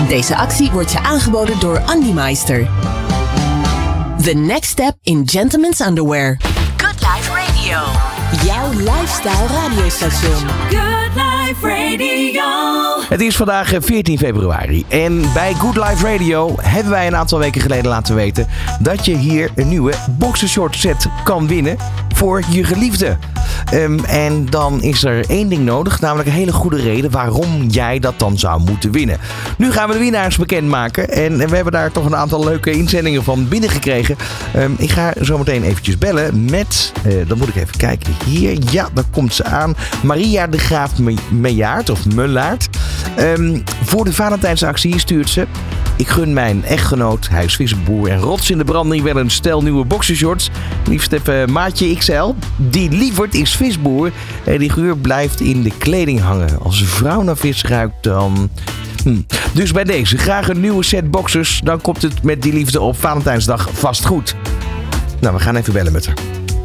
Deze actie wordt je aangeboden door Andy Meister. The next step in gentlemen's underwear. Good Life Radio. Jouw lifestyle radiostation. Good Life Radio. Het is vandaag 14 februari en bij Good Life Radio hebben wij een aantal weken geleden laten weten dat je hier een nieuwe boxershort set kan winnen voor je geliefde. En dan is er één ding nodig, namelijk een hele goede reden waarom jij dat dan zou moeten winnen. Nu gaan we de winnaars bekendmaken en we hebben daar toch een aantal leuke inzendingen van binnengekregen. Ik ga zo meteen eventjes bellen met, dan moet ik even kijken hier, ja, daar komt ze aan, Maria de Graaf Mejaard of Mullaert. Voor de Valentijnsactie stuurt ze: ik gun mijn echtgenoot, hij is visboer en rots in de branding, wel een stel nieuwe boxershorts. Liefst even maatje XL. Die lieverd is visboer en die geur blijft in de kleding hangen. Als een vrouw naar vis ruikt dan... Dus bij deze graag een nieuwe set boxers. Dan komt het met die liefde op Valentijnsdag vast goed. Nou, we gaan even bellen met haar.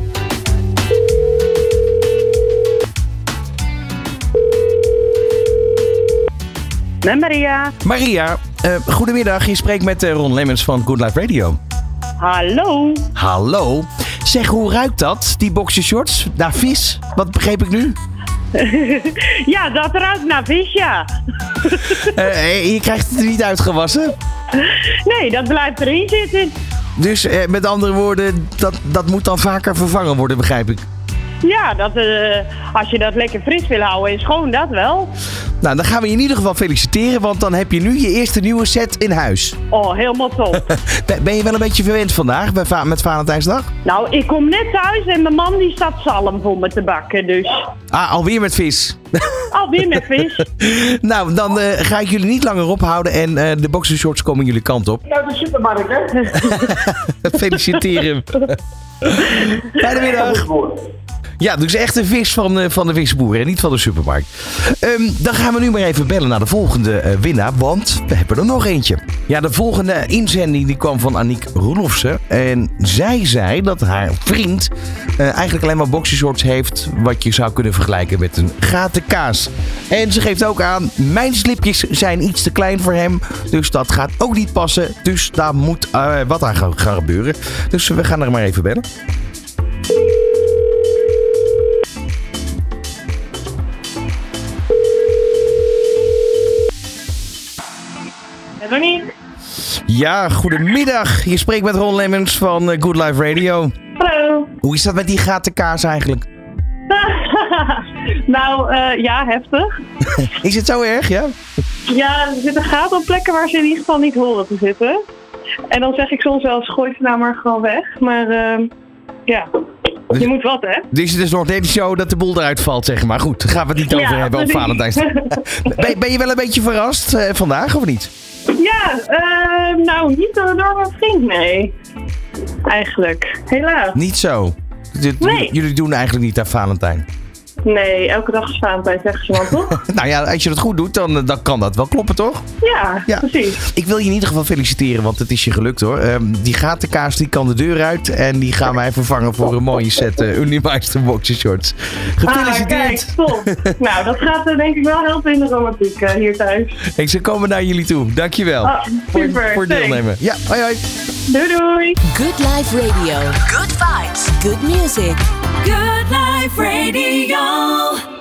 Met Maria. Maria, goedemiddag. Je spreekt met Ron Lemmens van Good Life Radio. Hallo. Hallo. Zeg, hoe ruikt dat, die boxershorts? Naar vis? Wat begreep ik nu? Ja, dat ruikt naar vis, ja. Je krijgt het er niet uitgewassen? Nee, dat blijft erin zitten. Dus met andere woorden, dat moet dan vaker vervangen worden, begrijp ik? Ja, als je dat lekker fris wil houden en schoon, dat wel. Nou, dan gaan we je in ieder geval feliciteren, want dan heb je nu je eerste nieuwe set in huis. Oh, helemaal top. Ben je wel een beetje verwend vandaag met Valentijnsdag? Nou, ik kom net thuis en mijn man die staat zalm voor me te bakken, dus... Ah, alweer met vis. Alweer met vis. Nou, dan ga ik jullie niet langer ophouden en de boxershorts komen jullie kant op. Nou, de supermarkt, hè? Feliciteer hem. Fijne middag. Ja, dus echt een vis van de visboer en niet van de supermarkt. Dan gaan we nu maar even bellen naar de volgende winnaar, want we hebben er nog eentje. Ja, de volgende inzending die kwam van Aniek Roelofsen. En zij zei dat haar vriend eigenlijk alleen maar boxershorts heeft wat je zou kunnen vergelijken met een gaten kaas. En ze geeft ook aan, mijn slipjes zijn iets te klein voor hem, dus dat gaat ook niet passen. Dus daar moet wat aan gaan gebeuren. Dus we gaan er maar even bellen. Ronnie? Ja, goedemiddag. Je spreekt met Ron Lemmens van Good Life Radio. Hallo. Hoe is dat met die gaten kaas eigenlijk? Nou, ja, heftig. Is het zo erg, ja? Ja, er zitten gaten op plekken waar ze in ieder geval niet horen te zitten. En dan zeg ik soms wel eens, gooi ze nou maar gewoon weg. Maar ja, je moet wat, hè? Dus het is nog net zo dat de boel eruit valt, zeg maar. Goed, daar gaan we het niet over hebben op Valentijnsdag. Ben je wel een beetje verrast vandaag, of niet? Ja, nou, niet door mijn vriend, nee. Eigenlijk, helaas. Niet zo? Nee. Jullie doen eigenlijk niet aan Valentijn? Nee, elke dag is Valentijn, zeggen ze wel, toch? Nou ja, als je het goed doet, dan kan dat wel kloppen, toch? Ja, precies. Ik wil je in ieder geval feliciteren, want het is je gelukt, hoor. Die gatenkaas die kan de deur uit en die gaan wij vervangen voor een mooie set Unimeister boxershorts. Gefeliciteerd. Kijk, top. Nou, dat gaat denk ik wel helpen in de romantiek hier thuis. Ze komen naar jullie toe. Dankjewel super, voor het deelnemen. Ja, hoi hoi. Doei doei. Good Life Radio. Good vibes. Good music. Good Life Radio.